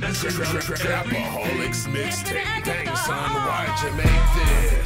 Trapaholics mixtape. Dang son, why'd you make this?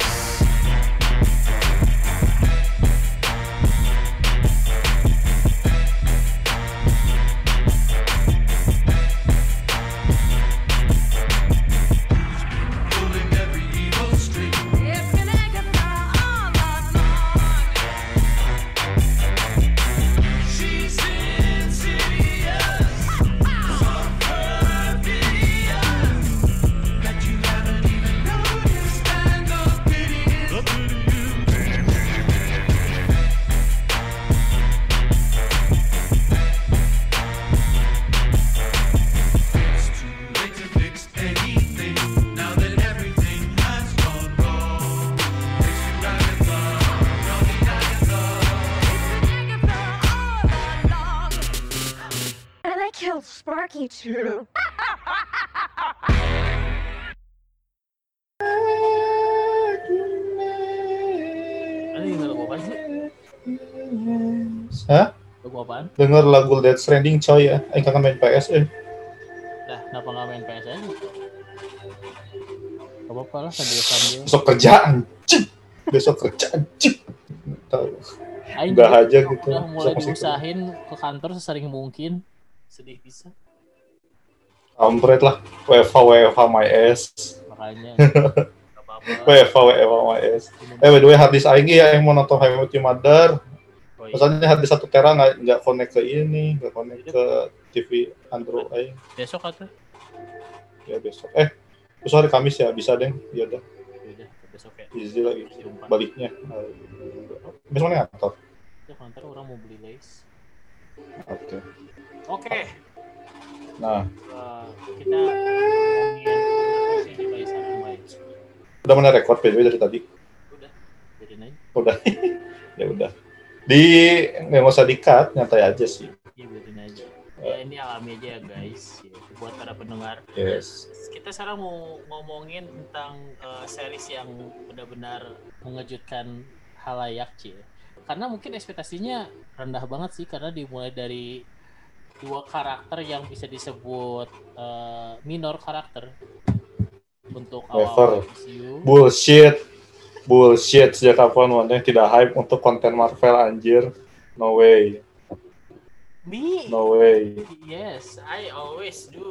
Sparky too. Denger lagu apaan sih? Hah? Lagu apaan? Denger lagu Death Stranding coy ya. Aing kangen main PS Dah, kenapa nggak main PS aja? Gak apa-apa lah, sambil. Besok kerjaan. Cik. Besok kerjaan. Cik. Tahu. Aing Udah juga aja gitu. udah mulai Besok masih diusahain ke kantor sesering mungkin. Sedih bisa. Kampret lah. WFH my ass. Makanya. Gak apa-apa. WFH my ass. By the way, harddisk Aing ya yang mau nonton How I Met Your Mother. Oh, iya. Masalahnya harddisk 1 tera nggak connect ke ini, nggak connect ke TV Android Aing. Besok atau? Ya besok. Besok hari Kamis ya, bisa deh. Ya udah. Udah, besok ya. Easy lagi. Diumpan. Baliknya. Besok mana kantor? Ya, kantor orang mau beli lace. Oke. Oke. Nah, Kita ngomongin ini by Sarang Bay. udah mana record PW dari tadi? Udah, biarin aja. Udah. Ya udah. Nggak usah di-cut, nyantai aja sih. Iya, biarin aja. Ya, ini alami aja ya guys. Ya, buat para pendengar. Yes. Kita sekarang mau ngomongin tentang series yang benar-benar mengejutkan halayak sih. Karena mungkin ekspektasinya rendah banget sih, karena dimulai dari 2 karakter yang bisa disebut minor karakter untuk awal MCU. Bullshit. Sejak kapan Wanda tidak hype untuk konten Marvel anjir? No way. Me? No way. Yes, I always do.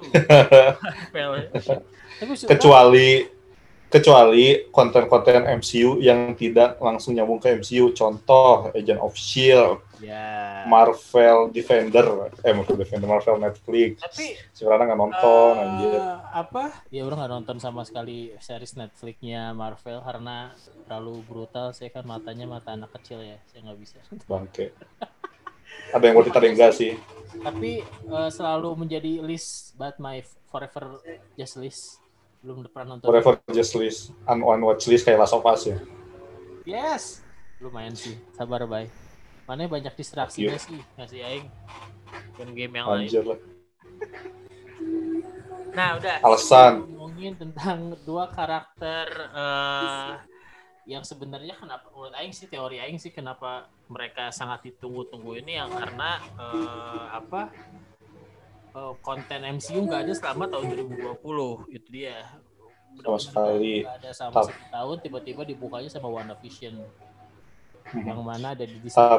Kecuali konten-konten MCU yang tidak langsung nyambung ke MCU. Contoh Agent of S.H.I.E.L.D. Ya. Marvel Marvel Netflix. Tapi sekarang nggak nonton anjir. Apa? Ya orang nggak nonton sama sekali series Netflixnya Marvel karena terlalu brutal. Saya kan matanya mata anak kecil ya, saya nggak bisa. Bangke. Ada yang worth it, ada yang enggak sih. Tapi selalu menjadi list but my forever just list. Belum pernah nonton. Forever just list, unwatch list kayak Last of Us ya. Yes, lumayan sih. Sabar bye. Mana banyak distraksinya sih, ngasih aing. Game yang Anjir lain. lah. Nah udah. Alasan. Ngomongin tentang 2 karakter yang sebenarnya kenapa menurut aing sih, teori aing sih kenapa mereka sangat ditunggu-tunggu ini yang karena konten MCU nggak ada selama tahun 2020 itu dia. Sama sekali. Nggak ada sama 1 tahun, tiba-tiba dibukanya sama WandaVision yang mana ada di Disney.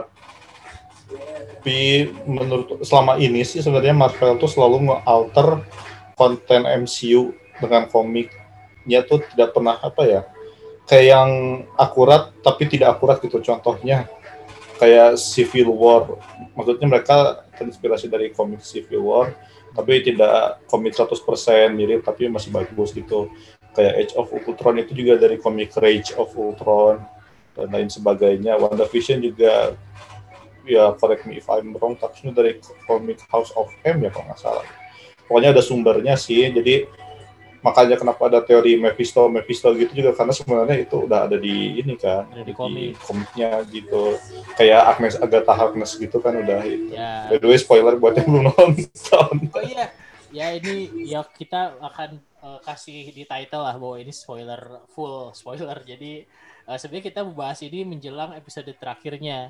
Tapi menurut selama ini sih sebenarnya Marvel tuh selalu nge-alter konten MCU dengan komiknya tuh tidak pernah kayak yang akurat tapi tidak akurat gitu. Contohnya kayak Civil War, maksudnya mereka terinspirasi dari komik Civil War tapi tidak komik 100% mirip tapi masih bagus gitu. Kayak Age of Ultron itu juga dari komik Rage of Ultron dan lain sebagainya. WandaVision juga ya, correct me if I'm wrong, tapi dari komik House of M ya kalau nggak salah. Pokoknya ada sumbernya sih, jadi makanya kenapa ada teori Mephisto gitu juga karena sebenarnya itu udah ada di ini kan, Ada di komiknya gitu. Kayak Agatha Harkness gitu kan udah itu. Ya. By the way, spoiler buat yang belum nonton. Oh iya, ya ini ya kita akan kasih di title lah bahwa ini full spoiler. Jadi sebenarnya kita membahas ini menjelang episode terakhirnya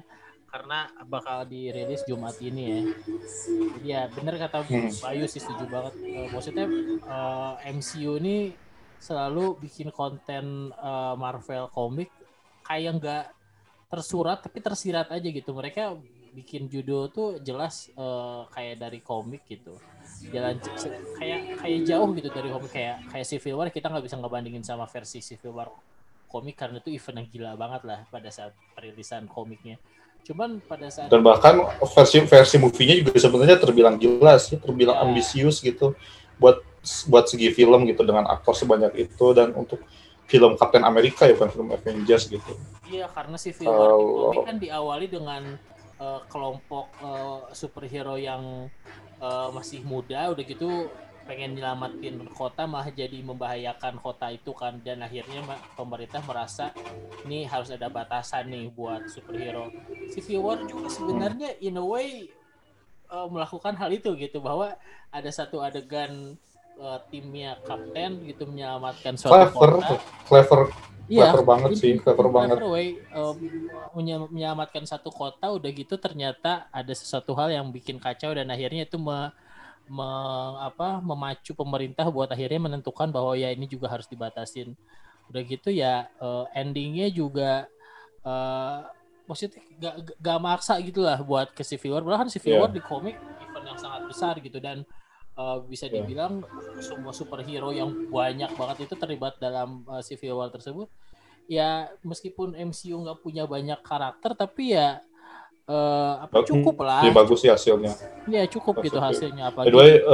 karena bakal dirilis Jumat ini ya. Jadi ya bener kata Bayu sih, setuju banget. Maksudnya MCU ini selalu bikin konten Marvel komik kayak nggak tersurat tapi tersirat aja gitu. Mereka bikin judul tuh jelas kayak dari komik gitu. Jalan kayak jauh gitu dari komik, kayak Civil War kita nggak bisa ngebandingin sama versi Civil War komik karena itu event yang gila banget lah pada saat perilisan komiknya. Cuman pada saat dan bahkan versi movie-nya juga sebenarnya terbilang jelas ya, terbilang ambisius gitu buat segi film gitu dengan aktor sebanyak itu, dan untuk film Captain America ya, bukan film Avengers gitu. Iya, karena Civil War di komik kan diawali dengan kelompok superhero yang masih muda, udah gitu pengen nyelamatin kota malah jadi membahayakan kota itu kan, dan akhirnya pemerintah merasa ini harus ada batasan nih buat superhero. Civil War juga sebenarnya in a way melakukan hal itu gitu, bahwa ada satu adegan timnya Kapten gitu menyelamatkan suatu kota. Clever banget sih, clever banget. Menyelamatkan satu kota, udah gitu ternyata ada sesuatu hal yang bikin kacau dan akhirnya itu memacu pemerintah buat akhirnya menentukan bahwa ya ini juga harus dibatasin. Udah gitu ya endingnya juga maksudnya gak maksa gitu lah buat ke Civil War. Bahkan Civil War di komik event yang sangat besar gitu, dan bisa dibilang semua superhero yang banyak banget itu terlibat dalam Civil War tersebut. Ya meskipun MCU nggak punya banyak karakter, tapi ya cukup lah. Lebih bagus sih hasilnya. Iya cukup gitu hasilnya. By the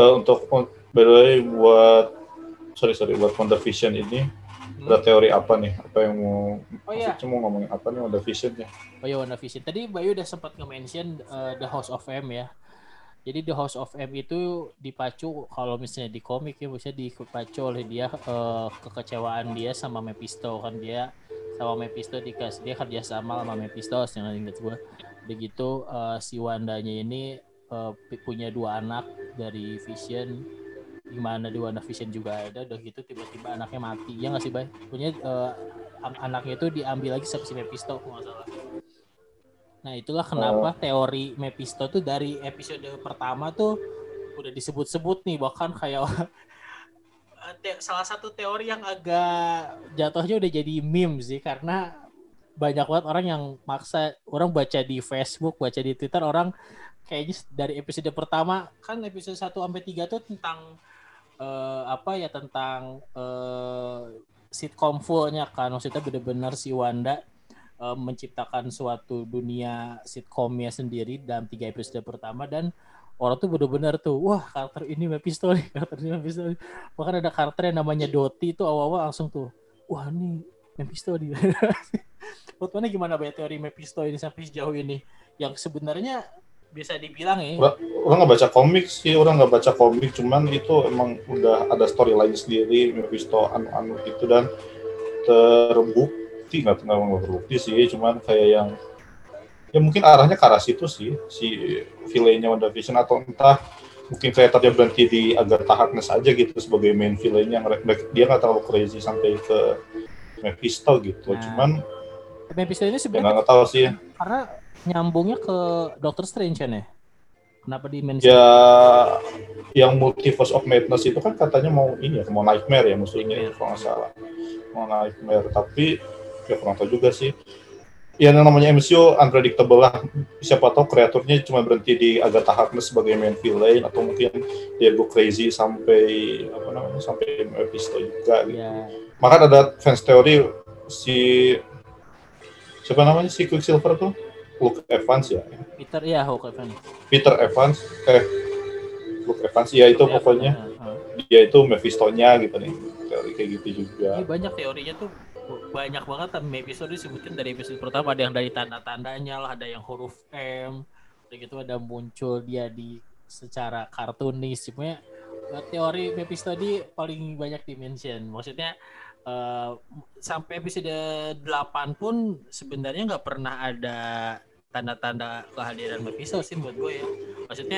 way, buat WandaVision ini ada teori apa nih? Apa yang mau mau ngomongin apa nih WandaVision-nya? Oh ya, WandaVision. Tadi Bayu udah sempat nge-mention The House of M ya. Jadi The House of M itu dipacu kalau misalnya di komik ya, misalnya dipacu oleh dia kekecewaan dia sama Mephisto kan, dia sama Mephisto dia kerja sama Mephisto yang ingat gue. Begitu si Wandanya ini punya 2 anak dari Vision, dimana di WandaVision juga ada. Udah gitu tiba-tiba anaknya mati, ya nggak sih Bay? Punya anaknya itu diambil lagi sama si Mephisto kalau nggak salah. Nah itulah kenapa teori Mephisto tuh dari episode pertama tuh udah disebut-sebut nih, bahkan kayak salah satu teori yang agak jatuhnya udah jadi meme sih, karena banyak banget orang yang maksa, orang baca di Facebook, baca di Twitter, orang kayaknya dari episode pertama kan episode 1 sampai 3 tuh tentang tentang sitcom fullnya kan, maksudnya benar-benar si Wanda menciptakan suatu dunia sitcomnya sendiri dalam 3 episode pertama, dan orang tuh benar-benar tuh wah karakter ini Mephisto nih, bahkan ada karakter yang namanya Dottie tuh awal-awal langsung tuh wah ini Mephisto dia. Menurut mana gimana Bay teori Mephisto ini sampai sejauh ini, yang sebenarnya bisa dibilang ya? Orang nggak baca komik sih, cuman itu emang udah ada storyline sendiri Mephisto anu itu, dan terbukti nggak terbukti sih, cuman kayak yang ya mungkin arahnya ke arah situ sih si villainnya WandaVision, atau entah mungkin kreatornya berhenti di Agatha Harkness aja gitu sebagai main villainnya, dia nggak terlalu crazy sampai ke Mephisto gitu. Cuman Mephisto ini sebenarnya nggak tahu sih karena nyambungnya ke Doctor Strange kan ya, kenapa di-mention ya yang Multiverse of Madness itu kan katanya mau Nightmare ya musuhnya kalau nggak salah, mau Nightmare, tapi ya kurang tahu juga sih. Ya yang namanya MCU unpredictable lah, siapa tahu kreatornya cuma berhenti di Agatha Harkness sebagai main villain, atau mungkin dia go crazy sampai sampai Mephisto juga gitu. Maka ada fans teori si Quicksilver tuh Luke Evans ya. Luke Evans ya itu pokoknya dia itu Mephisto-nya gitu nih, teori kayak gitu juga. Ini banyak teorinya tuh, banyak banget. Mephisto disebutin dari episode pertama, ada yang dari tanda-tandanya lah, ada yang huruf M, udah gitu ada muncul dia di secara kartunis. Sebenarnya teori Mephisto di paling banyak dimension, maksudnya sampai episode 8 pun sebenarnya nggak pernah ada tanda-tanda kehadiran Mephisto sih buat gue ya. Maksudnya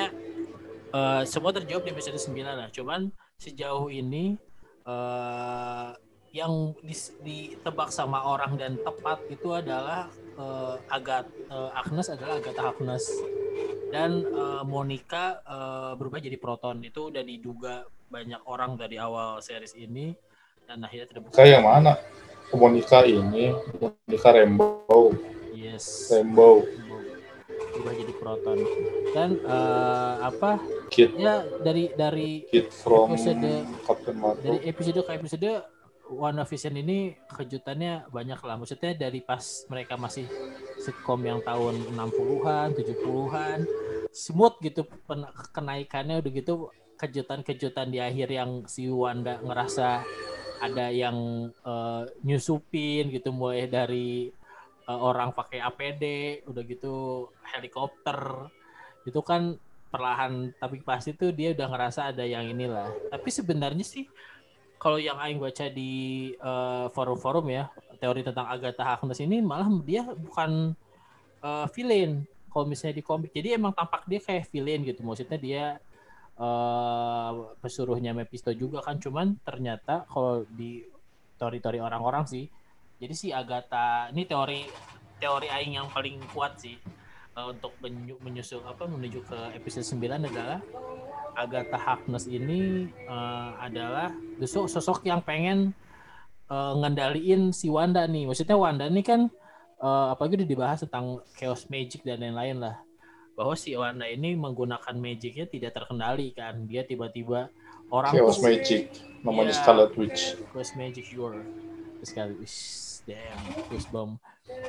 semua terjawab di episode 9 lah. Cuman sejauh ini yang ditebak sama orang dan tepat itu adalah Agnes adalah Agatha Harkness dan Monica berubah jadi Proton. Itu udah diduga banyak orang dari awal series ini dan akhirnya terbukti. Kayak yang mana? Monica ini, Monica Rambeau. Yes. Rambeau. Berubah jadi Proton. Dan Kid. Ya dari Kid from episode Captain Marvel. Dari episode ke episode WandaVision ini kejutannya banyak lah. Maksudnya dari pas mereka masih sitcom yang tahun 60-an, 70-an, smooth gitu kenaikannya, udah gitu kejutan-kejutan di akhir yang si Wanda ngerasa ada yang nyusupin gitu, mulai dari orang pakai APD, udah gitu helikopter. Itu kan perlahan tapi pasti tuh dia udah ngerasa ada yang inilah. Tapi sebenarnya sih kalau yang aing baca di forum-forum ya, teori tentang Agatha Harkness ini malah dia bukan villain kalau misalnya di komik. Jadi emang tampak dia kayak villain gitu. Maksudnya dia pesuruhnya Mephisto juga kan. Cuman ternyata kalau di teori-teori orang-orang sih, jadi si Agatha ini teori aing yang paling kuat sih untuk menuju ke episode 9 adalah Agatha Harkness ini adalah sosok yang pengen ngendaliin si Wanda nih. Maksudnya Wanda ini kan apalagi udah dibahas tentang chaos magic dan lain-lain lah. Bahwa si Wanda ini menggunakan magicnya tidak terkendali kan. Dia tiba-tiba orang Chaos magic, namanya Scarlet Witch. Chaos magic Scarlet Witch. Damn, goosebump.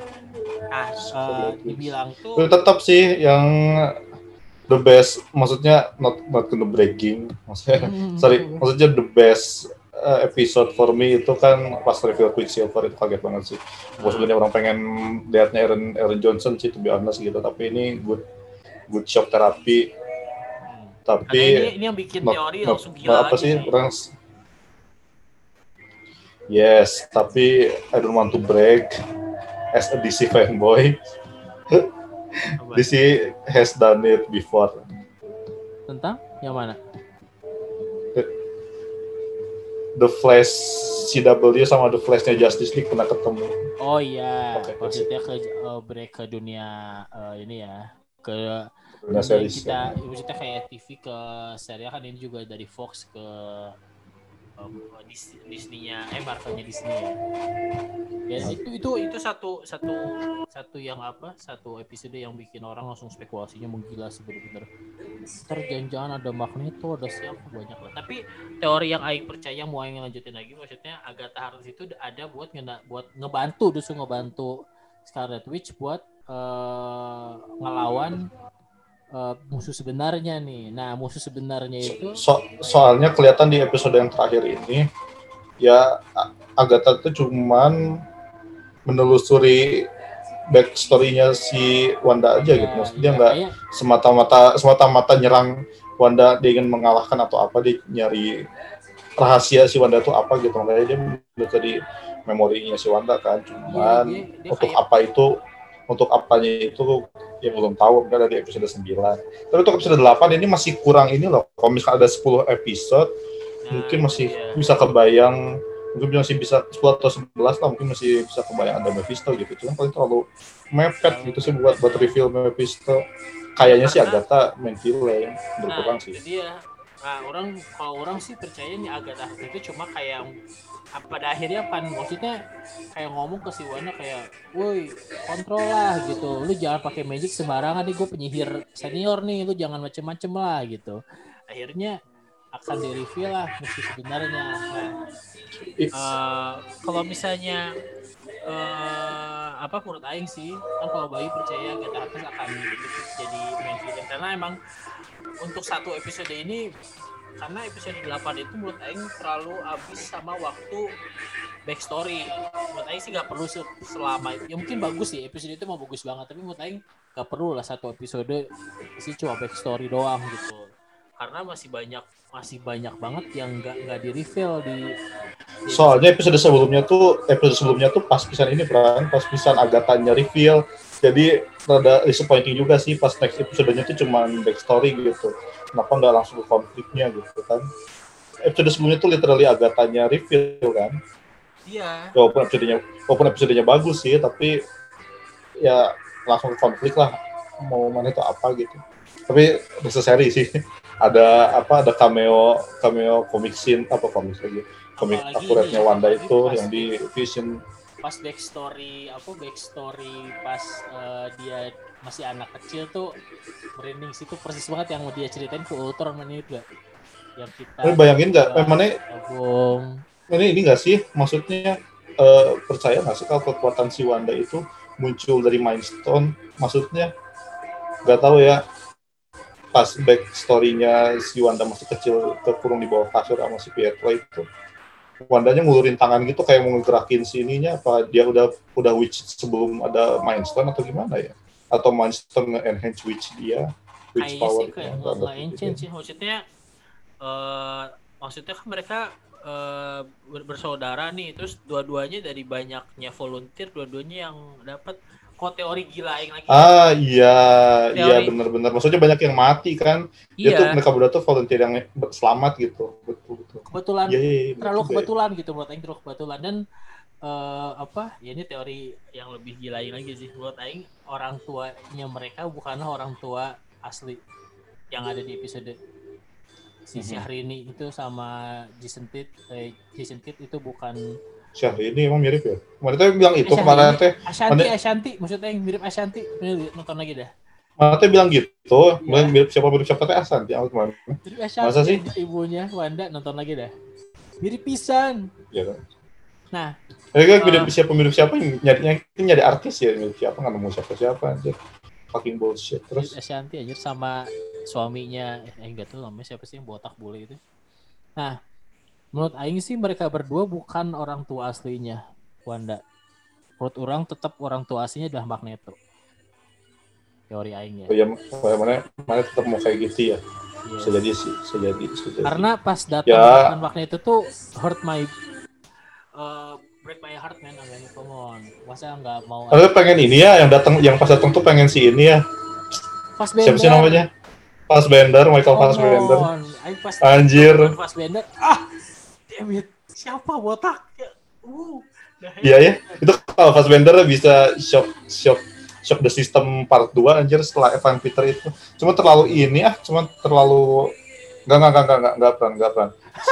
Dibilang tuh tetap sih yang the best, maksudnya not gonna breaking, maksudnya maksudnya the best episode for me itu kan pas reveal Quicksilver. Itu kaget banget sih. Gue sebenarnya orang pengen liatnya Aaron Johnson sih, to be honest gitu, tapi ini good shock terapi. Tapi ini yang bikin teori langsung gila apa sih orang. Yes, tapi I don't want to brag as a DC fanboy. DC has done it before. Tentang yang mana? The Flash CW sama The Flash-nya Justice League pernah ketemu. Oh iya, maksudnya break ke dunia ini ya, ke dunia series. Kita kayak TV ke serial kan, ini juga dari Fox ke Disney-nya, Marvel-nya Disney ya. Ya itu satu yang satu episode yang bikin orang langsung spekulasinya menggila sih, bener-bener. Ntar jangan-jangan ada Magneto, ada siapa, banyak lah. Tapi teori yang aing percaya mau aing lanjutin lagi, maksudnya Agatha Harkness itu ada buat ngebantu Scarlet Witch buat ngelawan musuh sebenarnya nih. Nah, musuh sebenarnya itu soalnya kelihatan di episode yang terakhir ini ya, Agatha itu cuman menelusuri backstory-nya si Wanda aja gitu. Maksudnya nggak semata-mata nyerang Wanda, dia ingin mengalahkan atau apa, dia nyari rahasia si Wanda itu apa gitu. Makanya dia mendekat di memorinya si Wanda kan. Cuman untuk apanya itu ya belum tahu, kan dari episode 9. Tapi untuk episode 8 ini masih kurang ini loh. Kalau misalnya ada 10 episode, mungkin masih bisa kebayang, mungkin masih bisa 10 atau 11 lah, mungkin masih bisa kebayang ada Mephisto gitu. Cuma paling terlalu mepet gitu sih buat reveal Mephisto. Kayaknya sih Agatha main villain, berkurang sih. Jadi ya, kalau orang sih percaya nih Agatha itu cuma kayak pada akhirnya maksudnya kayak ngomong ke si Wanda kayak, woi kontrol lah gitu, lu jangan pakai magic sembarangan nih, gue penyihir senior nih, lu jangan macem-macem lah gitu. Akhirnya akan di-reveal lah musuh sebenarnya. Nah, kalau misalnya menurut aing sih kan, kalau Bayu percaya Agatha Harkness akan jadi main villain karena emang untuk satu episode ini, karena episode 8 itu menurut aing terlalu habis sama waktu backstory. Menurut aing sih nggak perlu selama itu. Ya mungkin bagus sih, episode itu mau bagus banget, tapi menurut aing nggak perlu lah satu episode sih cuma backstory doang gitu. Karena masih banyak banget yang nggak di reveal di soalnya episode sebelumnya tuh pas pisan ini kan, pas pisan Agatha-nya reveal. Jadi rada disappointing juga sih pas next episode-nya tuh cuma backstory gitu. Kenapa nggak langsung ke konfliknya gitu kan? Episode sebelumnya tuh literally Agatha-nya reveal kan. Iya. Walaupun episodenya bagus sih, tapi ya langsung ke konflik lah, mau mana itu apa gitu. Tapi necessary sih. Ada cameo komik scene, komik lagi. Komik Apalagi akuratnya ini ya, Wanda apalagi itu pas yang di Vision. pas backstory pas dia masih anak kecil tuh merinding sih, tuh persis banget yang mau dia ceritain ke Ultron itu gak? Yang kita Tapi bayangin nggak, gabung. ini nggak sih, maksudnya percaya nggak sih kalau kekuatan si Wanda itu muncul dari Mind Stone? Maksudnya nggak tahu ya, pas backstory-nya si Wanda masih kecil terkurung di bawah kasur sama si Pietro itu, Wandanya ngulurin tangan gitu kayak mau ngegerakin sininya, apa dia udah witch sebelum ada Mind Stone atau gimana ya? Atau Mind Stone nge-enhance witch dia, witch Kayaknya power sih kayak nge-enchant sih, maksudnya kan mereka bersaudara nih, terus dua-duanya dari banyaknya volunteer, dua-duanya yang dapat. Kok teori gila yang lagi? Iya benar-benar. Maksudnya banyak yang mati kan? Iya. Itu mereka berdua tuh volunteer yang selamat gitu, betul. Kebetulan, terlalu kebetulan gitu buat Aing, terlalu kebetulan. Dan ya ini teori yang lebih gila lagi sih buat Aing, orang tuanya mereka bukanlah orang tua asli yang ada di episode si Syahrini itu sama Jason Kidd itu bukan. Syahrini emang mirip ya? Kemarin teh bilang itu kemarin teh. Ashanti, maksudnya yang mirip Ashanti. Nonton lagi dah. Mana teh bilang gitu, mirip siapa teh Ashanti yang kemarin. Mirip Ashanti. Masa sih? Ibunya Wanda, nonton lagi dah. Mirip pisan. Iya kan? Nah, mirip siapa nyari artis ya, mirip siapa, nggak nemu siapa anjir. Fucking bullshit. Terus Ashanti anjir sama suaminya, enggak tahu namanya siapa sih yang botak bule itu. Nah, menurut Aing sih mereka berdua bukan orang tua aslinya Wanda. Menurut orang tetap orang tua aslinya adalah Magneto. Teori Aing ya. Oh ya, mana tetap mau kayak gitu ya. Yes. Bisa jadi. Karena pas datang Magneto tuh break my heart man, come on. Masa nggak mau? Aku pengen ini ya, yang pas datang tuh pengen si ini ya. Fassbender. Siapa sih namanya? Michael Fassbender. Anjir. Fassbender. Damn it. Siapa botak? Iya ya. Itu kalau Fassbender bisa shock the system part 2 anjir setelah Evan Peter itu. Cuma terlalu enggak peran.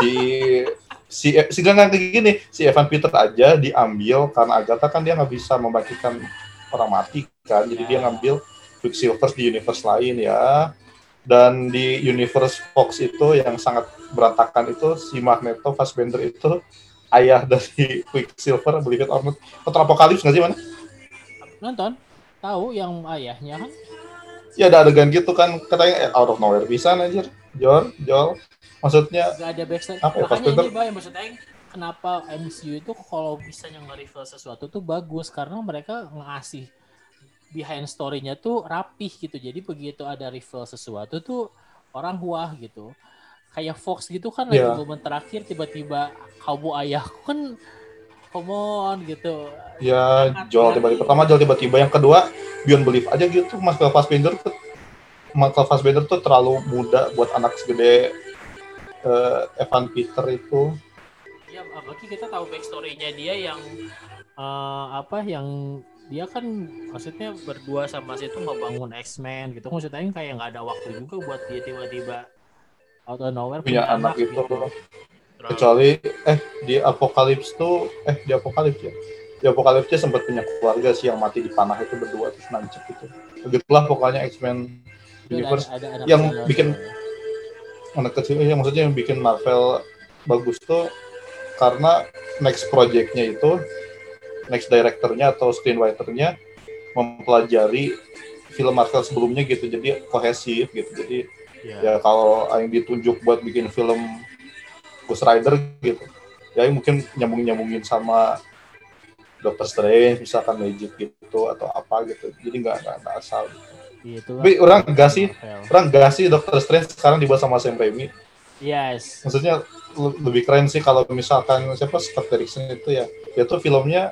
Si kayak gini, si Evan Peter aja diambil karena Agatha kan dia nggak bisa membangkitkan orang mati kan. Jadi dia ngambil Quicksilver di universe lain ya. Dan di universe Fox itu yang sangat berantakan itu, si Magneto Fassbender itu ayah dari Quicksilver, believe it or not. Nonton Apokalips nggak sih, mana? Nonton, tahu yang ayahnya kan? Ya ada adegan gitu kan, katanya out of nowhere bisa anjir. Joel. Maksudnya nggak ada backstory. Makanya ini maksudnya kenapa MCU itu kalau bisa yang nge-reveal sesuatu tuh bagus, karena mereka ngasih behind story-nya tuh rapih gitu. Jadi begitu ada reveal sesuatu tuh orang wah gitu. Kayak Fox gitu kan lagi momen terakhir tiba-tiba kamu ayahku kan come on gitu. Ya, Joel tiba-tiba yang kedua beyond belief aja gitu. Michael Fassbender tuh terlalu muda buat anak segede Evan Peter itu. Ya, apalagi kita tahu backstory-nya dia yang yang dia kan maksudnya berdua sama si itu ngebangun X-Men gitu. Maksudnya kayak nggak ada waktu juga buat dia tiba-tiba out of nowhere punya anak gitu. Kecuali di Apokalips ya. Di Apokalips dia sempat punya keluarga sih yang mati di panah itu berdua terus nancep gitu. Begitulah pokoknya X-Men Universe ada yang bikin anak kecil ya, maksudnya yang bikin Marvel bagus tuh karena next project-nya itu next director-nya atau screenwriter-nya mempelajari film Marvel sebelumnya gitu, jadi kohesif gitu. Jadi ya kalau yang ditunjuk buat bikin film Ghost Rider gitu, ya mungkin nyambungin sama Doctor Strange misalkan Magic gitu atau apa gitu, jadi nggak asal gitu. Tapi orang nggak sih Doctor Strange sekarang dibuat sama Sam Raimi. Yes. Maksudnya lebih keren sih kalau misalkan siapa Scott Derrickson itu ya tuh filmnya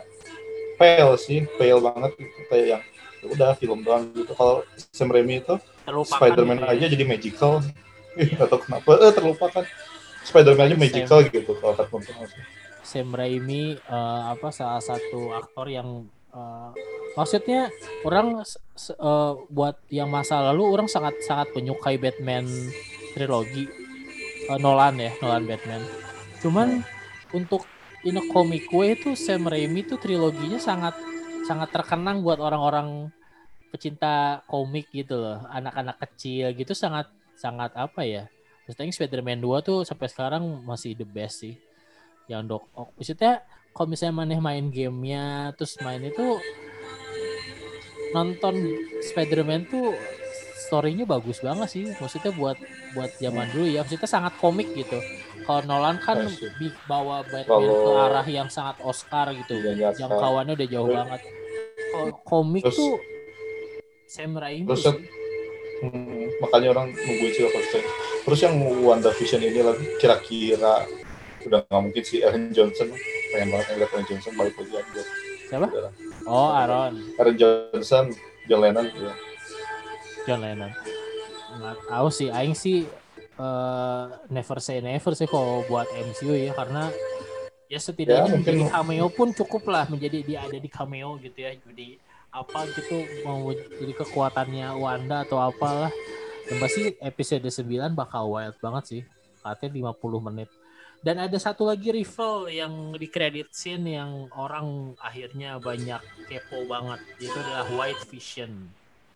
pale banget gitu, kayak yang udah film doang gitu. Kalau Sam Raimi itu Spider-Man gitu aja jadi magical. Atau kenapa terlupakan. Spider-Man aja magical gitu kalau kata Sam Raimi salah satu aktor yang maksudnya orang buat yang masa lalu orang sangat sangat menyukai Batman trilogi Nolan Batman. Cuman untuk in a comic way itu Sam Raimi tuh triloginya sangat sangat terkenang buat orang-orang pecinta komik gitu loh, anak-anak kecil gitu sangat sangat apa ya? Maksudnya Spider-Man 2 tuh sampai sekarang masih the best sih. Yang maksudnya kalau misalnya maneh main gamenya terus main itu nonton Spider-Man tuh story-nya bagus banget sih. Maksudnya buat zaman dulu ya. Maksudnya sangat komik gitu. Kalau Nolan kan bawa Batman ke arah yang sangat Oscar gitu. Jangkauannya udah jauh banget. Kalau komik tuh Sam Raimi sih. Makanya orang nungguin sih pasti. Terus yang WandaVision ini lagi kira-kira udah nggak mungkin si Aaron Johnson, pengen banget ngeliat Aaron Johnson balik lagi aja. Siapa? Oh, Aaron Johnson, John Lennon ya. John Lennon. Nggak tahu sih, aing sih never say never sih kalau buat MCU ya, karena ya setidaknya menjadi cameo pun cukup lah, menjadi dia ada di cameo gitu ya, jadi apa gitu mau jadi kekuatannya Wanda atau apalah. Yang pasti episode 9 bakal wild banget sih, katanya 50 menit. Dan ada satu lagi rival yang di credit scene yang orang akhirnya banyak kepo banget, itu adalah White Vision.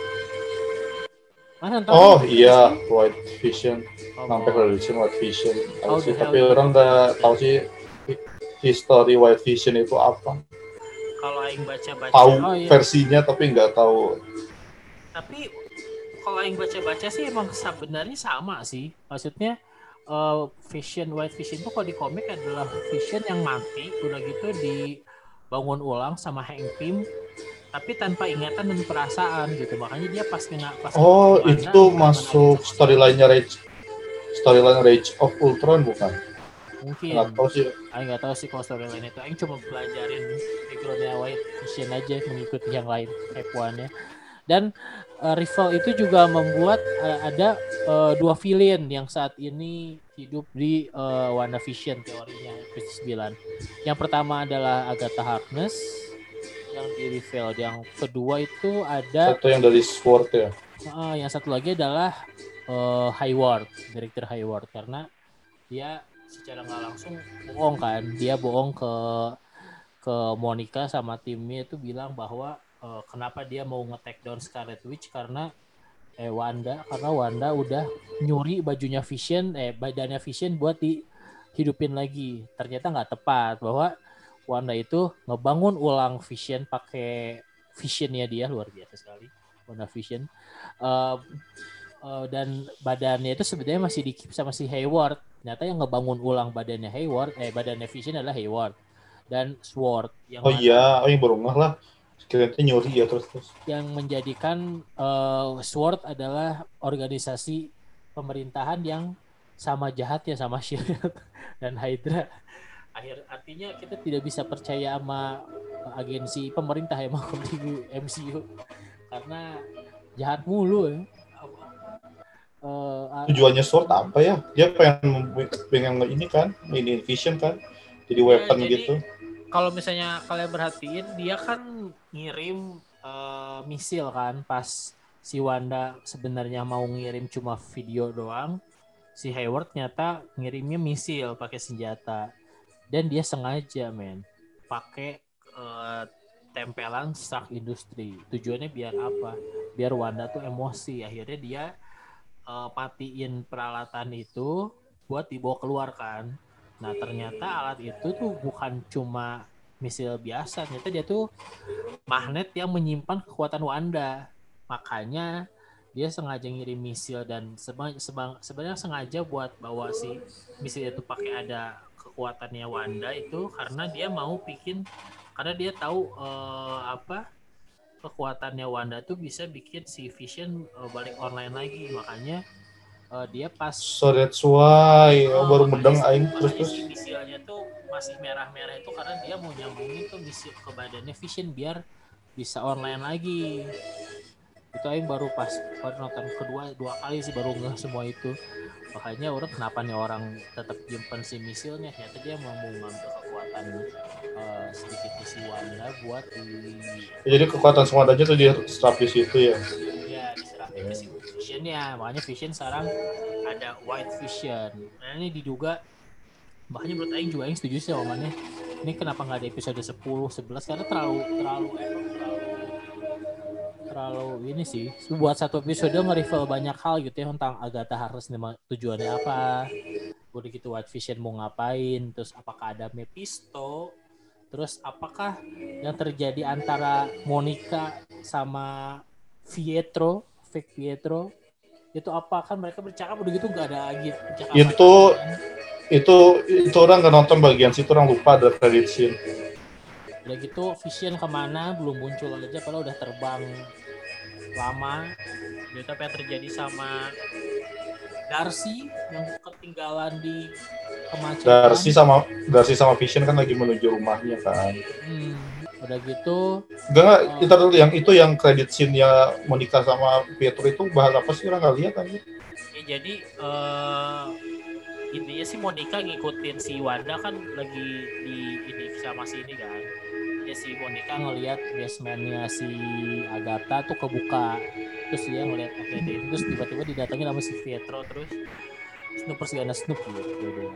Iya, White Vision. Sampai prediction White Vision. Tapi orang nggak tahu sih history White Vision itu apa. Kalau aing baca-baca tahu versinya tapi nggak tahu. Tapi kalau aing baca-baca sih emang sebenarnya sama sih. Maksudnya White Vision itu kalau di komik adalah Vision yang mati, udah gitu dibangun ulang sama Hank Pym, tapi tanpa ingatan dan perasaan gitu. Makanya dia pas itu masuk storyline Rage of Ultron bukan? Mungkin. Nggak tahu sih kalau storyline itu. Aing cuma belajarin backgroundnya White Vision aja, mengikuti yang lain F1-nya. Dan rival itu juga membuat ada dua villain yang saat ini hidup di WandaVision teorinya episode 9. Yang pertama adalah Agatha Harkness yang di reveal. Yang kedua itu ada satu yang dari Sword ya. Yang satu lagi adalah Hayward, direktur Hayward, karena dia secara nggak langsung bohong kan. Dia bohong ke Monica sama timnya itu bilang bahwa kenapa dia mau nge-take down Scarlet Witch karena Wanda udah nyuri bajunya Vision, badannya Vision buat dihidupin lagi. Ternyata nggak tepat, bahwa Wanda itu ngebangun ulang Vision pakai Visionnya dia, luar biasa sekali Wanda Vision. Dan badannya itu sebenarnya masih di-keep sama si Hayward. Ternyata yang ngebangun ulang badannya Vision adalah Hayward dan Sword yang yang baru ngeh lah. Sekiranya nyuri ya terus. Yang menjadikan Sword adalah organisasi pemerintahan yang sama jahatnya sama SHIELD dan Hydra. Artinya kita tidak bisa percaya sama agensi pemerintah yang mau di MCU karena jahat mulu ya. Tujuannya Sword apa ya? Dia pengen ini kan, ini Vision kan, jadi weapon gitu. Kalau misalnya kalian perhatiin, dia kan ngirim misil kan, pas si Wanda sebenarnya mau ngirim cuma video doang, si Hayward nyata ngirimnya misil pakai senjata, dan dia sengaja pakai tempelan Stark Industry. Tujuannya biar apa? Biar Wanda tuh emosi. Akhirnya dia matiin peralatan itu buat dibawa keluar kan. Nah ternyata alat itu tuh bukan cuma misil biasa, ternyata dia tuh magnet yang menyimpan kekuatan Wanda. Makanya dia sengaja ngirim misil dan sebenarnya sengaja buat bawa si misil itu pakai ada kekuatannya Wanda itu karena dia mau karena dia tahu kekuatannya Wanda tuh bisa bikin si Vision balik online lagi. Makanya dia pas so that's why baru mendeng aing terus misilnya tuh masih merah-merah itu karena dia mau nyambungin tuh misil ke badannya Vision biar bisa online lagi. Itu aing baru pas nonton dua kali sih baru ngeh semua itu. Makanya kenapa nih orang tetap nyimpen si misilnya, ternyata dia mau ngambil kekuatan menggunakan sedikit isi Wanda buat Jadi kekuatan semua aja tuh diserap di situ ya. ya diserapin ke si Vision-nya. Makanya Vision sekarang ada White Vision. Nah ini diduga, makanya menurut Aing juga Aing setuju sih sama Maneh. Ini kenapa nggak ada episode 10, 11 karena terlalu ini sih. Buat satu episode nge-reveal banyak hal gitu ya tentang Agatha Harkness tujuannya apa. Udah gitu White Vision mau ngapain, terus apakah ada Mephisto, terus apakah yang terjadi antara Monica sama fake Pietro itu apa, kan mereka bercakap udah gitu nggak ada gitu itu orang nggak nonton bagian situ, orang lupa ada credit scene. Udah gitu Vision kemana belum muncul aja, padahal udah terbang lama. Gitu apa yang terjadi sama Darcy yang ketinggalan di kemacetan. Darcy sama Vision kan lagi menuju rumahnya kan. Udah gitu enggak, itu yang credit scene-nya Monica sama Pietro itu bahas apa sih, orang nggak lihat aja. ya, jadi intinya sih Monica ngikutin si Wanda kan lagi di ini sama si ini kan. Ya si Monica ngelihat basementnya si Agatha tuh kebuka, terus dia ngelihat itu, terus tiba-tiba didatengin sama si Pietro, terus Snoopers gana Snoop gitu.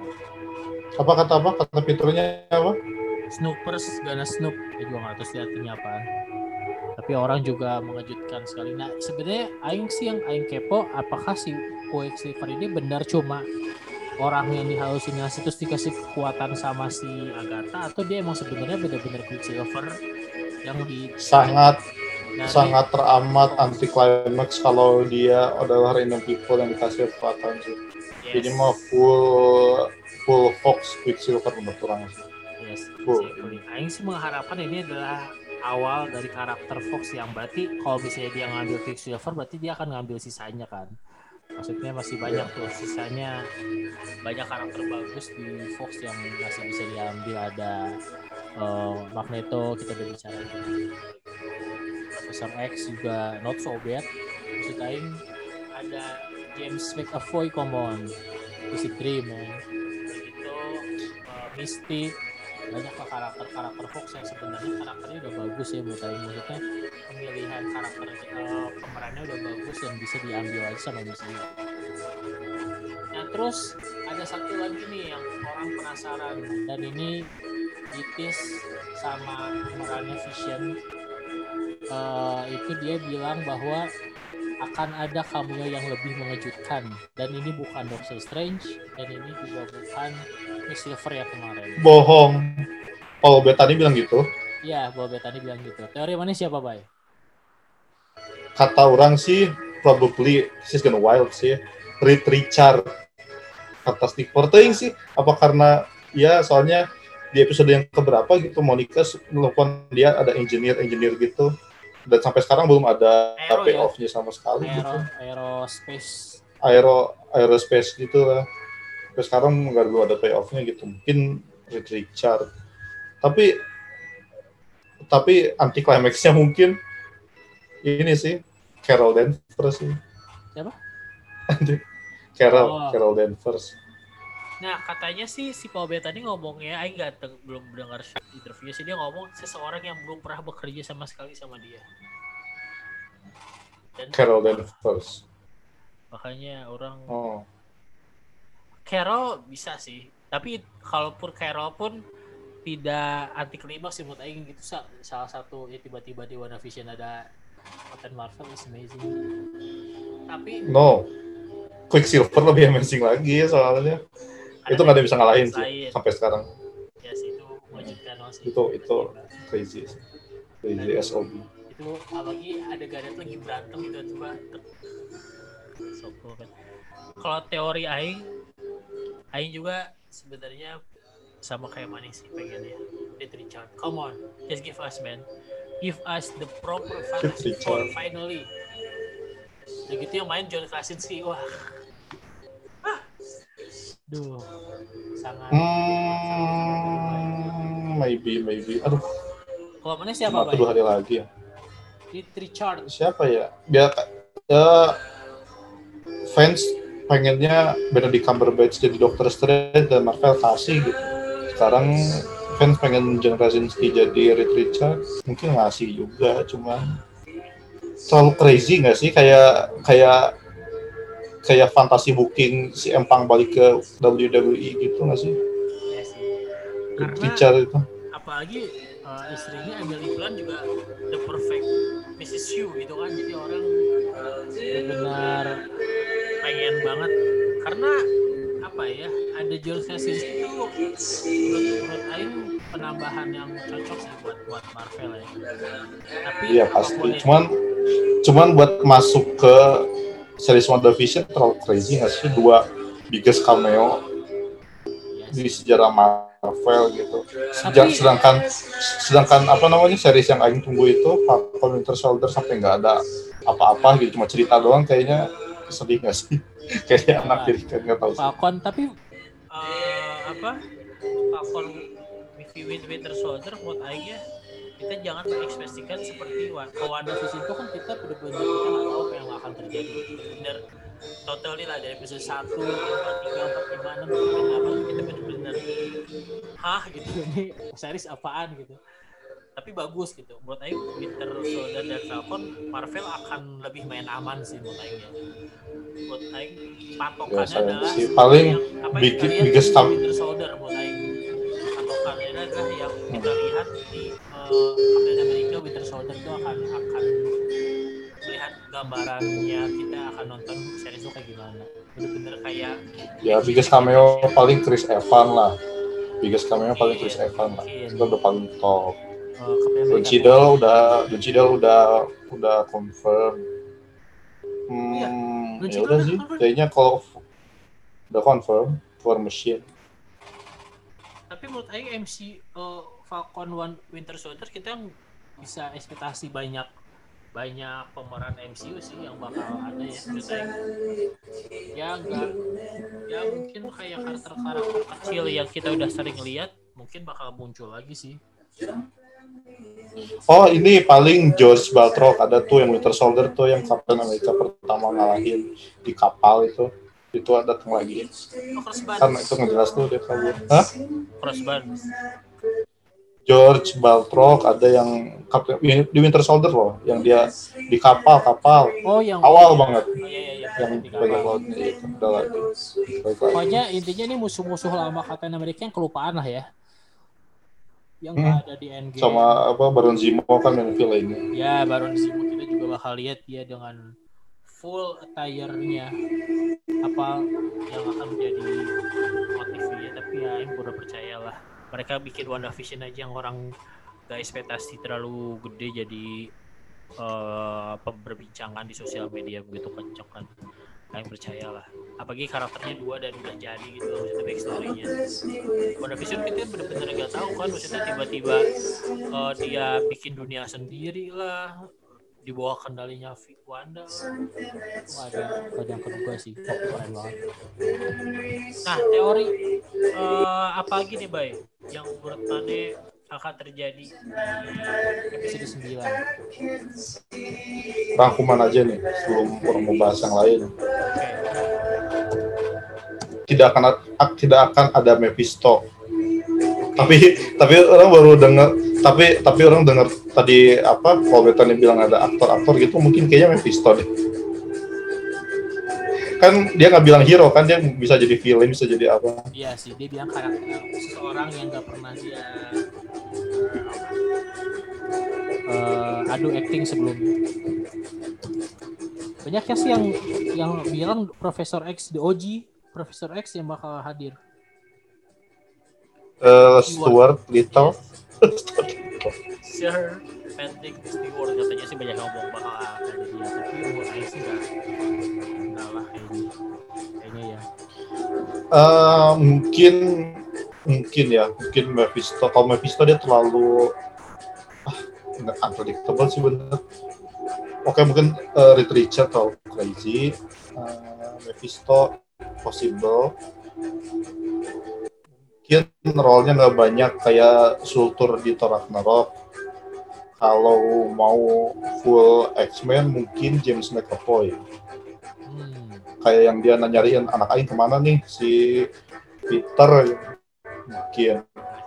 Kata Pietronya apa? Snoopers gana Snoop, juga nggak tahu sih artinya apa. Tapi orang juga mengejutkan sekali. Nah sebenarnya Aing sih yang Aing kepo, apakah si Quicksilver ini benar cuma orang yang dihalusinasi terus dikasih kekuatan sama si Agatha, atau dia emang sebenarnya benar-benar Quicksilver yang sangat teramat anti climax kalau dia adalah random people yang dikasih kekuatan sih. Yes. Jadi mah full Fox Quicksilver menurut orang sih. Yes, exactly. Aing sih mengharapkan ini adalah awal dari karakter Fox yang berarti kalau misalnya dia ngambil Quicksilver berarti dia akan ngambil sisanya kan. Maksudnya masih banyak tuh sisanya, banyak karakter bagus di Fox yang masih bisa diambil. Ada Magneto, kita udah bicara itu. Profesor X juga not so bad. Maksud Aing ada James McAvoy common, Lucid Dream man. Begitu Mystic, banyak karakter Fox yang sebenarnya karakternya udah bagus ya menurut Aing. Maksudnya pemilihan karakter pemerannya udah bagus dan bisa diambil aja sama MCU. Nah terus ada satu lagi nih yang orang penasaran, dan ini ditis sama pemerannya Vision. Itu dia bilang bahwa akan ada cameo yang lebih mengejutkan, dan ini bukan Doctor Strange, dan ini juga bukan Silver ya kemarin. Bohong. Paul Bettany bilang gitu. Iya, Paul Bettany bilang gitu. Teori mana siapa, Bay? Kata orang sih probably she's gonna wild sih. Reed Richard. Fantastic Four sih. Apa karena ya soalnya di episode yang keberapa gitu Monica nelfon dia ada engineer gitu. Dan sampai sekarang belum ada payoff-nya sama sekali gitu. Aerospace gitu lah. Sampai sekarang nggak ada payoff-nya gitu. Mungkin Reed Richard. Tapi anti climax-nya mungkin ini sih Carol Danvers sih. Siapa? Carol Danvers. Nah katanya sih si Paul Bettany ngomongnya, Aing belum dengar interview sih, dia ngomong seseorang yang belum pernah bekerja sama sekali sama dia. Dan Carol Danvers. Makanya orang Carol bisa sih, tapi kalaupun Carol pun tidak anti klimaks sih menurut Aing gitu. Salah satu ya tiba-tiba di WandaVision ada Captain Marvel is amazing. Tapi Quicksilver lebih amazing lagi soalnya. Itu nggak ada yang bisa ngalahin sih sampai sekarang. Ya sih itu mengejutkan sih. Itu crazy SOB. Itu apalagi ada Gareth lagi berantem gitu coba. So cool kan. Kalau teori Aing juga sebenarnya sama kayak Manis sih pengennya. Reed Richard, come on, just give us man. Give us the proper Fantastic Four finally. Begitu yang main John Krasinski, wah. Duh, sangat. Maybe. Aduh. Kalau mana siapa, Bay? 2 hari lagi ya. Reed Richard. Siapa ya? Fans pengennya Benedict Cumberbatch jadi Doctor Strange dan Marvel kasih gitu. sekarang kan pengen John Krasinski jadi Reed Richards, mungkin ngasih juga, cuman terlalu crazy nggak sih, kayak fantasi booking si Empang balik ke WWE gitu nggak sih? Iya sih. Reed Karena Richards itu. apalagi istrinya Emily Blunt juga the perfect Mrs. Hugh gitu kan, jadi orang benar pengen banget karena apa ya, ada John Krasinski itu menurut Aing penambahan yang cocok sih buat Marvel ya. Tapi Iya pasti, cuman buat masuk ke series WandaVision terlalu crazy nggak sih, 2 biggest cameo di sejarah Marvel gitu. Sedangkan apa namanya series yang Aing tunggu itu Falcon Winter Soldier sampai nggak ada apa-apa gitu, cuma cerita doang, kayaknya sedih nggak sih? Kayak anak diri kan nggak tahu. Falcon tapi Falcon Winter Soldier buat Aing ya, kita jangan mengekspektasikan seperti WandaVision itu kan kita benar-benar kita nggak tahu apa yang akan terjadi, benar totally lah dari episode 1, 2, 3, 4, 5, 6, 7, 8 kita benar-benar gitu, ini series apaan gitu, tapi bagus gitu menurut Aing. Winter Soldier dan Falcon Marvel akan lebih main aman sih menurut Aing ya. Menurut Aing patokannya adalah paling biggest Winter Soldier menurut Aing. Patokannya adalah yang kita lihat di Captain America Winter Soldier itu akan melihat gambarannya, kita akan nonton series itu kayak gimana, bener-bener kayak ya biggest cameo paling Chris Evans lah, biggest cameo paling Chris Evans lah, itu udah paling top. Don Cheadle udah confirm. Ya udah sih, kayaknya kalau udah confirm War Machine. Tapi menurut Aing Falcon Winter Soldier kita bisa ekspektasi banyak pemeran MCU sih yang bakal ada ya menurut Aing. Ya mungkin kayak karakter kecil yang kita udah sering lihat mungkin bakal muncul lagi sih. Oh ini paling George Baltrock ada tuh yang Winter Soldier tuh, yang Captain America pertama ngalahin di kapal itu datang lagi. Karena itu ngejelas tuh dia kabur. Hah? Crossband. George Baltrock ada yang Captain di Winter Soldier loh, yang dia di kapal. Oh yang awal banget. Iya. Yang banyak lautnya itu udah lagi. Pokoknya intinya ini musuh-musuh lama Captain America yang kelupaan lah ya. Yang nggak ada di Endgame. Sama Baron Zemo kan yang villainnya. Ya Baron Zemo kita juga bakal lihat dia dengan full attire-nya apa yang akan menjadi motifnya. Tapi ya yang udah percayalah, mereka bikin WandaVision aja yang orang gak ekspektasi terlalu gede jadi perbincangan di sosial media begitu kenceng kan. Kalian percayalah, apalagi karakternya 2 dan udah jadi gitu maksudnya backstory-nya. WandaVision kita bener-bener gak tahu kan, maksudnya tiba-tiba dia bikin dunia sendiri lah, di bawah kendalinya Wanda. Itu gak ada yang kedua sih, keren banget. Nah teori apa lagi nih Bay yang menurut Tane akan terjadi di episode 9? Rangkuman aja nih sebelum orang mau bahas yang lain. Tidak akan ada Mephisto. Tapi orang baru dengar, tapi orang dengar tadi kalau Betani bilang ada aktor gitu, mungkin kayaknya Mephisto deh. Kan dia nggak bilang hero kan, dia bisa jadi villain, bisa jadi apa. Iya sih, dia bilang karakter seseorang yang nggak pernah dia adu acting sebelumnya. Banyak ya sih yang bilang Profesor X, the OG Profesor X yang bakal hadir. Stuart Little. Sir Patrick Stewart katanya sih banyak ngomong bakal ada dia, tapi umur saya sih enggak lah kayaknya ya. Mungkin Mephisto. Kalau Mephisto dia terlalu nggak unpredictable sih bener. Oke, mungkin Reed Richards atau crazy. Mephisto possible. Mungkin role-nya nggak banyak kayak Sultur di Thor Ragnarok. Kalau mau full X-Men mungkin James McAvoy. Kayak yang dia nyariin anak Aing kemana nih si Peter mungkin.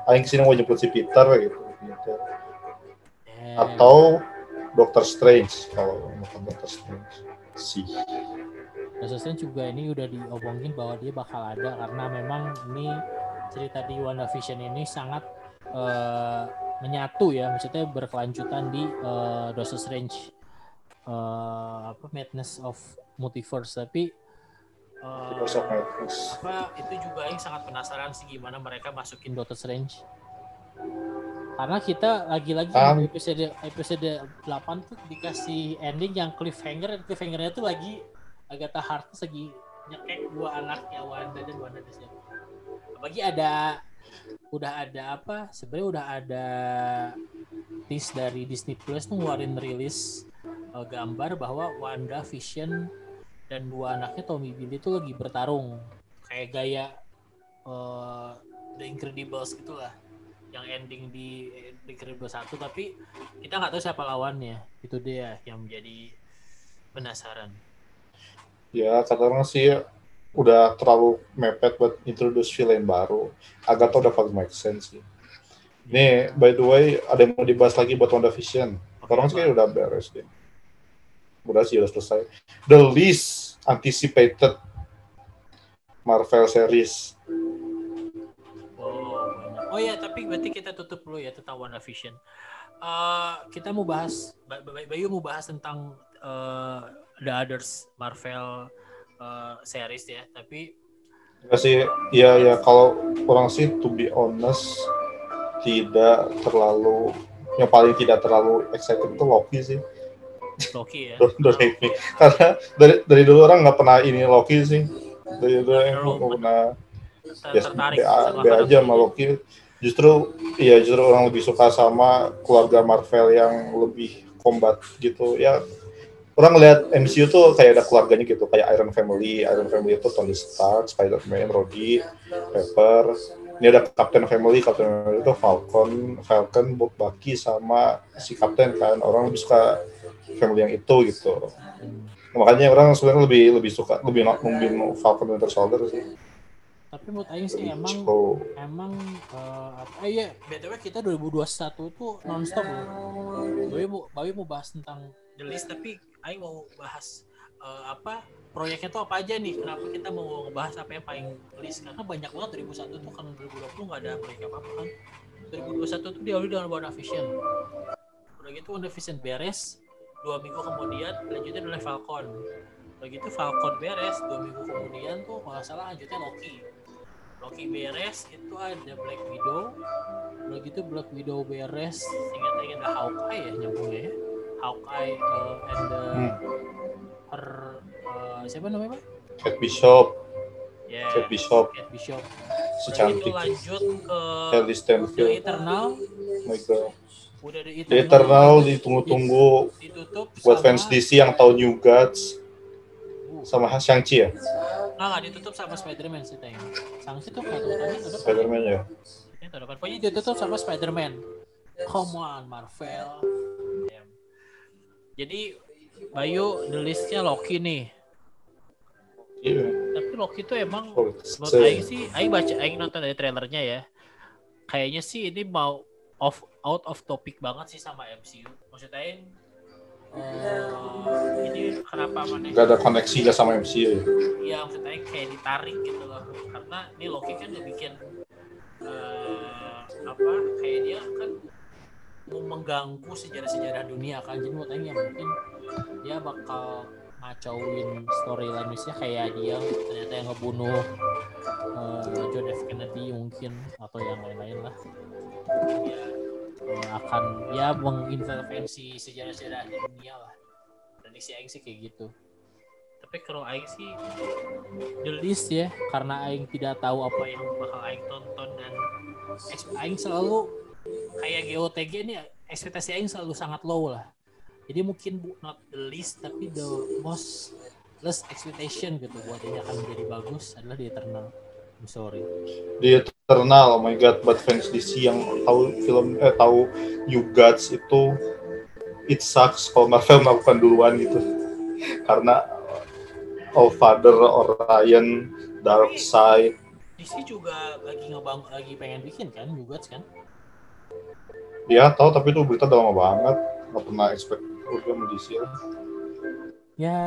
Aing kesini mau jemput si Peter gitu. Eh, Atau Doctor Strange kalau bukan Doctor Strange sih. Doctor Strange juga ini udah diomongin bahwa dia bakal ada karena memang ini cerita di WandaVision ini sangat menyatu ya, maksudnya berkelanjutan di Doctor Strange Madness of Multiverse, tapi Multiverse of Madness. itu juga yang sangat penasaran sih gimana mereka masukin Doctor Strange. Karena kita lagi-lagi episode 8 tuh dikasih ending yang cliffhangernya tuh lagi Agatha Harkness lagi nyekek dua anaknya Wanda dan Wanda Vision. Apalagi sebenarnya udah ada tease dari Disney Plus tuh ngeluarin rilis gambar bahwa Wanda Vision dan dua anaknya Tommy Billy tuh lagi bertarung kayak gaya The Incredibles gitulah, yang ending di Incredibles 1, tapi kita nggak tahu siapa lawannya. Itu dia yang menjadi penasaran. Ya katanya sih udah terlalu mepet buat introduce villain baru. Agatha udah paling make sense sih. Nih, by the way, ada yang mau dibahas lagi buat WandaVision. Orang sih udah beres deh. Udah selesai. The least anticipated Marvel series. Oh ya, tapi berarti kita tutup dulu ya tentang WandaVision. Kita mau bahas, Bayu mau bahas tentang The Others Marvel series ya, tapi Enggak sih, ya kalau orang sih to be honest tidak terlalu, yang paling tidak terlalu excited itu Loki sih. Loki ya. Karena dari dulu orang nggak pernah ini Loki sih. Dari dulu nggak pernah tertarik be aja sama Loki. Justru orang lebih suka sama keluarga Marvel yang lebih combat gitu ya. Orang ngeliat MCU tuh kayak ada keluarganya gitu, kayak Iron Family itu Tony Stark, Spider-Man, Rhodey, Pepper. Ini ada Captain Family itu Falcon, Bucky sama si Captain kan. Orang lebih suka family yang itu gitu. Makanya orang sebenarnya lebih suka nungguin Falcon Winter Soldier sih. Tapi menurut Aing sih emang BTW kita 2021 tuh nonstop loh. Bayu mau bahas tentang The List, tapi Aing mau bahas proyeknya tuh apa aja nih. Kenapa kita mau ngebahas apa yang paling list? Karena banyak banget 2001 tuh, kan 2020 nggak ada proyek apa-apa kan. 2021 tuh diawali dengan WandaVision. Udah gitu WandaVision beres, 2 minggu kemudian lanjutnya adalah Falcon. Udah gitu Falcon beres, 2 minggu kemudian tuh kalau nggak salah lanjutnya Loki beres, itu ada Black Widow. Udah gitu Black Widow beres, singkatnya ada Hawkeye ya nyambungnya ya. Hawkeye and siapa namanya Pak? Kate Bishop. Yeah, Kate Bishop. Si cantik. Itu lanjut ke Haley Stanfield. The Eternal. Oh my God. Udah The Eternal ditunggu-tunggu buat fans DC yang tahu New Gods sama Shang-Chi ya? Nggak ditutup sama Spider-Man sih tanya. Shang-Chi tuh katanya Spider-Man ya? Pokoknya ditutup sama Spider-Man. Come on Marvel. Jadi Bayu the listnya Loki nih. Iya. Tapi Loki tuh emang menurut Aing sih, Aing nonton dari trailernya ya. Kayaknya sih ini mau out of topic banget sih sama MCU. Maksudnya ini kenapa mana? Gak ada koneksinya sama MCU ya? Iya, maksudnya kayak ditarik gitu loh. Karena ini Loki kan udah bikin kayak dia kan mau mengganggu sejarah dunia kan. Jadi menurut Aing ya mungkin dia bakal ngacauin storyline-nya kayak dia ternyata yang ngebunuh John F. Kennedy mungkin atau yang lain-lain lah. Dia akan mengintervensi sejarah dunia lah. Prediksi Aing sih kayak gitu. Tapi kalau Aing sih The List ya, karena Aing tidak tahu apa yang bakal Aing tonton dan Aing selalu kayak GOTG nih, ekspektasi Aing selalu sangat low lah. Jadi mungkin not the least tapi the most less expectation gitu buat ini akan menjadi bagus adalah The Eternal. I'm sorry. The Eternal, oh my God, buat fans DC yang tahu New Gods itu it sucks kalau Marvel melakukan duluan gitu. Karena All Father, Orion, Darkseid, Di DC juga lagi pengen bikin kan, juga kan? Ya tahu, tapi itu berita udah lama banget, nggak pernah expect udah mau DC lah. Ya,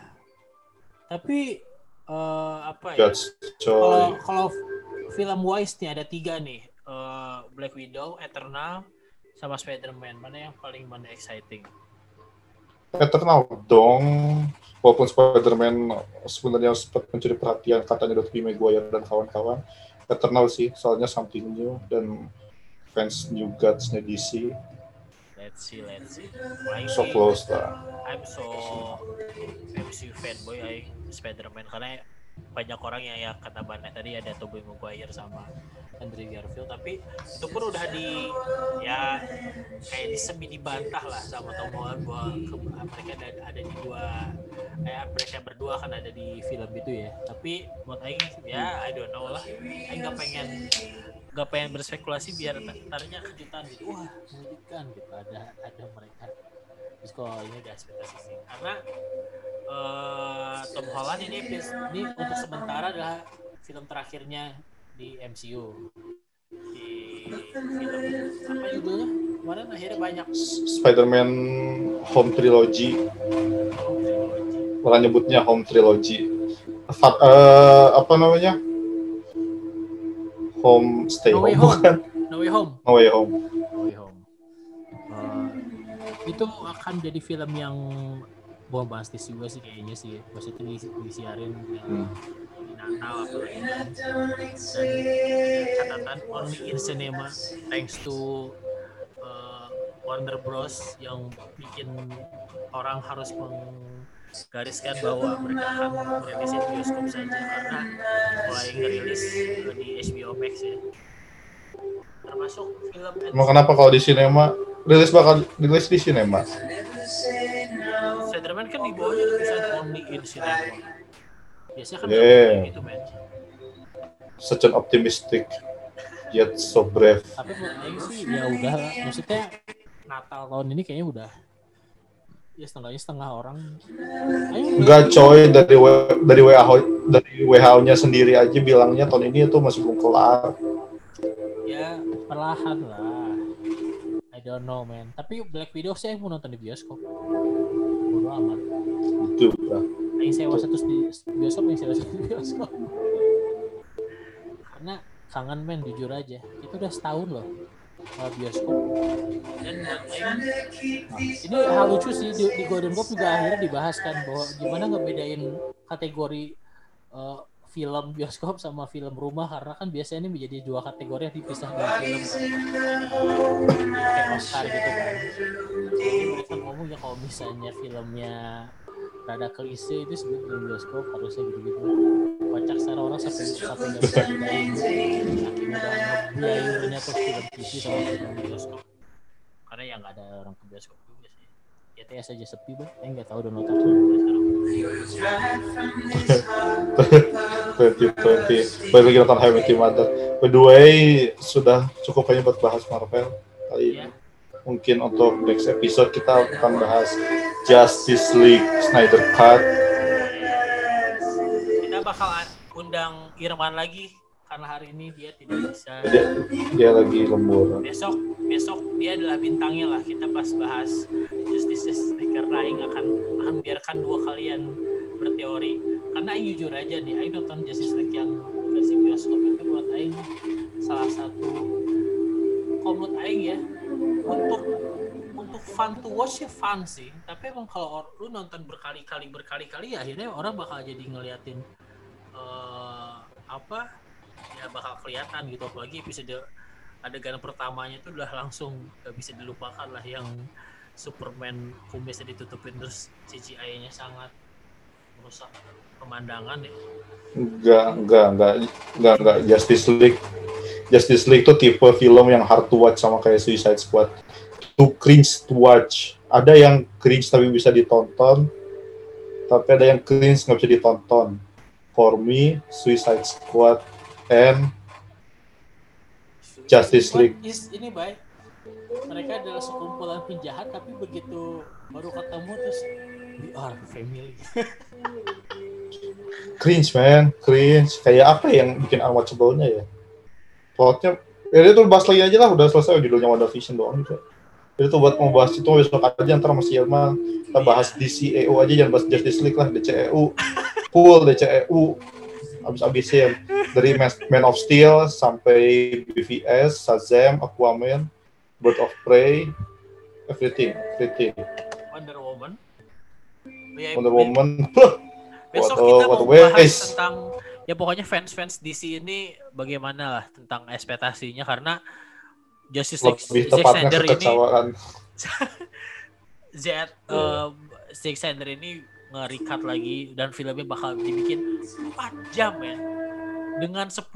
tapi apa ya? Judge Joy. Kalau film wise nih ada 3 nih, Black Widow, Eternal, sama Spider-Man. Mana yang paling exciting? Eternal dong, walaupun Spider-Man sebenarnya sempat mencuri perhatian katanya dari Tobey Maguire dan kawan-kawan. Eternal sih, soalnya something new dan fans New Gods-nya DC. Let's see. So close lah. I'm so MCU fanboy Spider-Man karena banyak orang yang kata Bana tadi ada Tobey Maguire sama Andrew Garfield, tapi itu pun udah kayak disemi dibantah lah sama Tom Holland bahwa mereka ada di mereka berdua kan ada di film itu ya. Tapi buat Aing ya I don't know lah, Aing nggak pengen berspekulasi biar tarnya kejutan gitu, wah mengejutkan gitu ada mereka. Terus kalau ini ada ekspektasi sih karena Tom Holland ini untuk sementara adalah film terakhirnya di MCU. Di film apa judulnya? Kemarin akhirnya banyak. Spider-Man Home Trilogy. Orang nyebutnya Home Trilogy. Apa namanya? Home Stay No Way Home. Bukan? No Way Home. No Way Home. No Way Home. Itu akan jadi film yang bombastis juga sih kayaknya sih. Maksudnya disiarin di Natal apalagi dan catatan only in cinema thanks to Warner Bros yang bikin orang harus menggariskan bahwa mereka akan merilis di bioskop saja karena mulai ngerilis di HBO Max ya, termasuk film. Emang kenapa kalau di sinema bakal rilis di sinema? Spider-Man kan di bawahnya tulisan only in cinema. Biasanya kan kayak gitu, man. Such an optimistic yet so brave. Tapi menurut Aing sih ya udah lah. Maksudnya Natal tahun ini kayaknya udah ya setengah orang. Enggak coy, dari WHO-nya sendiri aja bilangnya tahun ini itu masih belum kelar. Ya perlahan lah. I don't know man. Tapi Black Widow sih mau nonton di bioskop. Bodo amat. Itu lah. Yang sewa satu di bioskop, karena kangen men, jujur aja itu udah setahun loh bioskop. Dan ini hal lucu sih di Golden Globe juga akhirnya dibahas kan bahwa gimana ngebedain kategori film bioskop sama film rumah, karena kan biasanya ini menjadi 2 kategori yang dipisah dengan film kayak Oscar gitu kan. Jadi mereka ngomong ya kalau misalnya filmnya rada klise itu sebut film bioskop harusnya gitu-gitu. Kocak secara orang sampai nggak bisa bedain akhirnya udah ngebiayain ternyata film TV sama film bioskop karena ya nggak ada orang ke bioskop juga sih. YTS aja sepi bang, nggak tahu udah nonton sekarang. 2020 baru lagi nonton How I Met Your Mother. By the way, sudah cukup banyak buat bahas Marvel kali ini. Mungkin untuk next episode kita akan bahas Justice League Snyder Cut. Kita bakal undang Irman lagi karena hari ini dia tidak bisa. Dia lagi lembur. Besok dia adalah bintangnya lah. Kita pas bahas Justice League karena Aing akan biarkan 2 kalian berteori. Karena Aing jujur aja nih, Aing nonton Justice League yang versi bioskop itu buat Aing salah satu menurut Aing ya untuk fun to watch ya fun sih, tapi emang kalau lu nonton berkali-kali ya akhirnya orang bakal jadi ngeliatin bakal kelihatan gitu, apalagi episode adegan pertamanya itu udah langsung gak bisa dilupakan lah, yang Superman kumisnya ditutupin terus CGI-nya sangat merusak pemandangan ya. Enggak. Justice League itu tipe film yang hard to watch sama kayak Suicide Squad. Too cringe to watch. Ada yang cringe tapi bisa ditonton, tapi ada yang cringe nggak bisa ditonton. For me, Suicide Squad and Justice League. Ini baik. Mereka adalah sekumpulan penjahat tapi begitu baru ketemu terus we are family. cringe man, cringe. Kayak apa yang bikin unwatchable-nya ya? Plotnya, ya dia tuh bahas lagi aja lah, udah selesai judulnya WandaVision doang gitu. Jadi tuh buat mau bahas itu besok aja ntar sama si Irma. Kita bahas DCEU aja, jangan bahas Justice League lah, DCEU. Full DCEU. Abis-abisin. Dari Man of Steel sampai BVS, Shazam, Aquaman, Bird of Prey, everything. Wonder Woman. Ya, Wonder Woman. Besok What kita a mau bahas waste. tentang ya pokoknya fans DC ini bagaimana lah tentang ekspektasinya karena Justice League Lebih Zack tepatnya Snyder ini kekecewaan. Zack Snyder ini nge-recut lagi dan filmnya bakal dibikin 4 jam ya. Dengan 10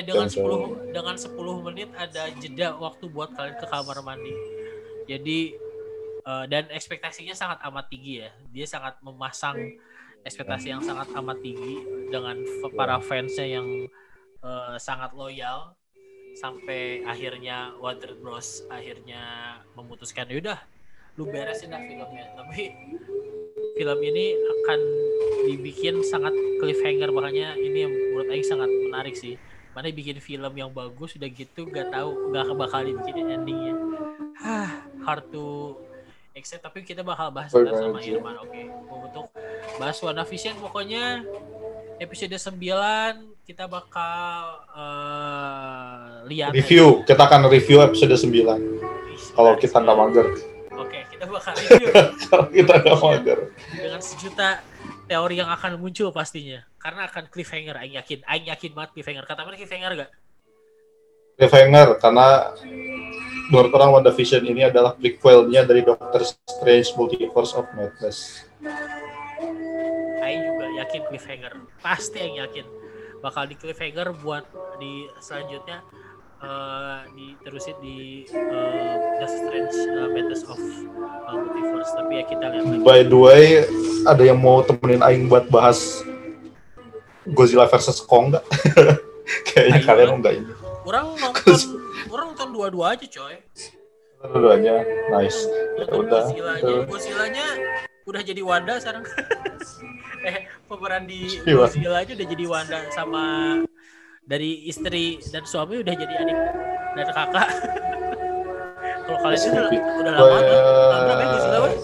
menit ada jeda waktu buat kalian ke kamar mandi. Jadi dan ekspektasinya sangat amat tinggi ya. Dia sangat memasang ekspektasi yang sangat amat tinggi dengan para fansnya yang sangat loyal sampai akhirnya Warner Bros akhirnya memutuskan yaudah lu beresin dah filmnya, tapi film ini akan dibikin sangat cliffhanger, makanya ini yang menurut Aing sangat menarik sih. Mana bikin film yang bagus udah gitu gak bakal dibikin endingnya. Hard to accept, tapi kita bakal bahas ntar sama Irman. Oke. Untuk bahas WandaVision pokoknya episode 9 kita bakal lihat Review, kita akan review episode 9 kalau kita nggak mager. Oke, kita bakal review Kalau kita nggak mager dengan sejuta teori yang akan muncul pastinya, karena akan cliffhanger. Aing yakin banget cliffhanger. Kata mana cliffhanger gak? Cliffhanger, karena menurut orang WandaVision ini adalah prequel-nya dari Doctor Strange Multiverse of Madness. Aing juga yakin cliffhanger. Pasti Aing yakin bakal di cliffhanger buat di selanjutnya diterusin di Doctor Strange Madness of Multiverse. Tapi ya kita lihat lagi. By the way, ada yang mau temenin Aing buat bahas Godzilla versus Kong nggak? Kayaknya Ayo, kalian enggak ini. Orang nonton dua-dua aja coy. Dua-duanya, nice. Ya Nonton udah. Godzilla-nya udah jadi Wanda sekarang. Pemeran di Iya. Godzilla aja udah jadi Wanda, sama dari istri dan suami udah jadi adik dan kakak. Kalau kalian itu udah lama tuh. Tahun berapa ya Godzilla, Boy?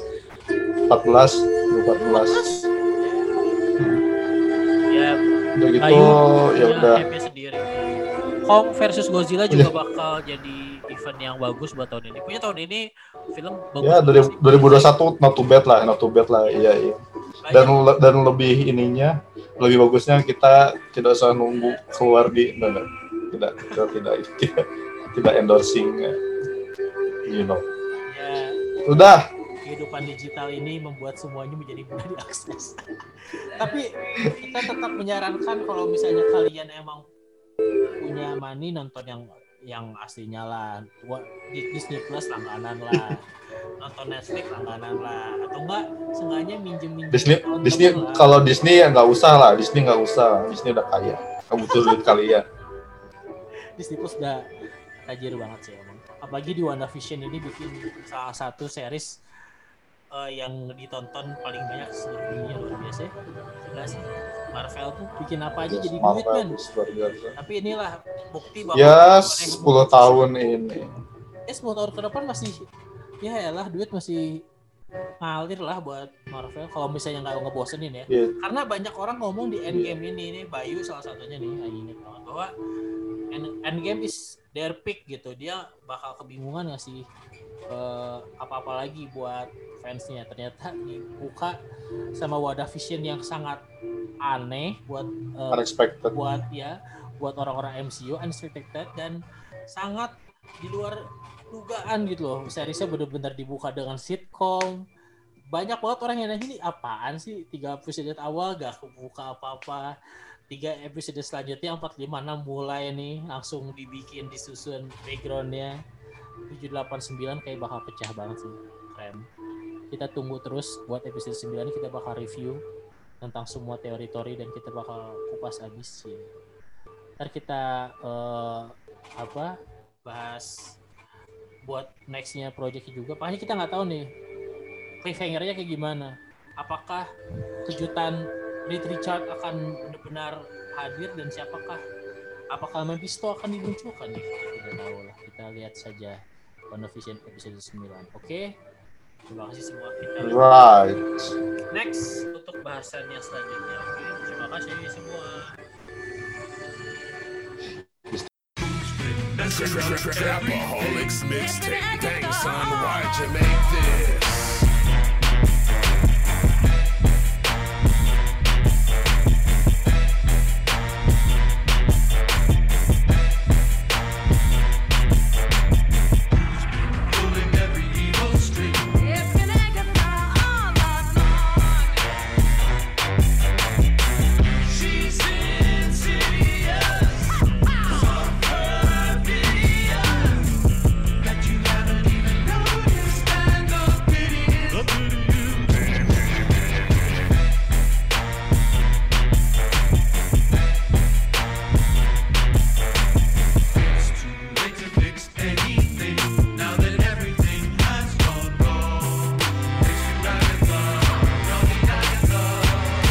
14. Ya, Udah gitu, Ayu ya udah. happy sendiri. Kong versus Godzilla juga bakal jadi event yang bagus buat tahun ini. Punya tahun ini film bagus. Ya, dari 2021 not too bad lah. Iya. Dan lebih ininya, lebih bagusnya kita tidak usah nunggu keluar di tidak endorsing, you know. Ya, Udah. kehidupan digital ini membuat semuanya menjadi mudah diakses. Tapi kita tetap menyarankan kalau misalnya kalian emang punya money nonton yang aslinya lah, di Disney Plus langganan lah, nonton Netflix langganan lah, atau enggak seenggaknya minjem Disney lah. kalau Disney ya nggak usah lah, Disney udah kaya, nggak butuh duit kalian. Disney Plus udah tajir banget sih emang. Apalagi di WandaVision ini bikin salah satu series yang ditonton paling banyak seluruh dunia, luar biasa ya. Gila sih. Marvel tuh bikin apa aja jadi duit kan. Tapi inilah bukti bahwa ya 10 tahun ini. 10 tahun ke depan masih ya elah duit masih ngalir lah buat Marvel kalau misalnya nggak ngebosenin ya. Yeah. Karena banyak orang ngomong di Endgame ini Bayu salah satunya nih, ingat banget bahwa Endgame is their pick gitu. Dia bakal kebingungan ngasih apa-apa lagi buat fansnya. Ternyata dibuka sama WandaVision yang sangat aneh buat Unexpected. buat orang-orang MCU, unexpected dan sangat di luar dugaan gitu loh. Seriesnya benar-benar dibuka dengan sitcom. Banyak banget orang yang nanya, ini apaan sih 3 episode awal gak kebuka apa-apa, 3 episode selanjutnya 4, 5, 6 mulai nih langsung dibikin, disusun backgroundnya. 7, 8, 9 kayak bakal pecah banget sih. Keren. Kita tunggu terus buat episode 9, kita bakal review tentang semua teori-teori dan kita bakal kupas habis sih. Ntar kita bahas buat nextnya projectnya juga. Pokoknya kita nggak tahu nih cliffhanger-nya kayak gimana. Apakah kejutan Reed Richard akan benar-benar hadir dan siapakah? Apakah Mephisto akan dimunculkan? Kita tidak tahu lah. Kita lihat saja WandaVision episode 9. Oke. Terima kasih semua. Kita Right. next untuk bahasannya selanjutnya. Oke. Terima kasih semua. Trapaholics mixtape. Dang son, why'd you make this?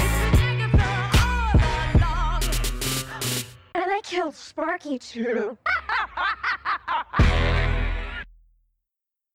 And I killed Sparky too.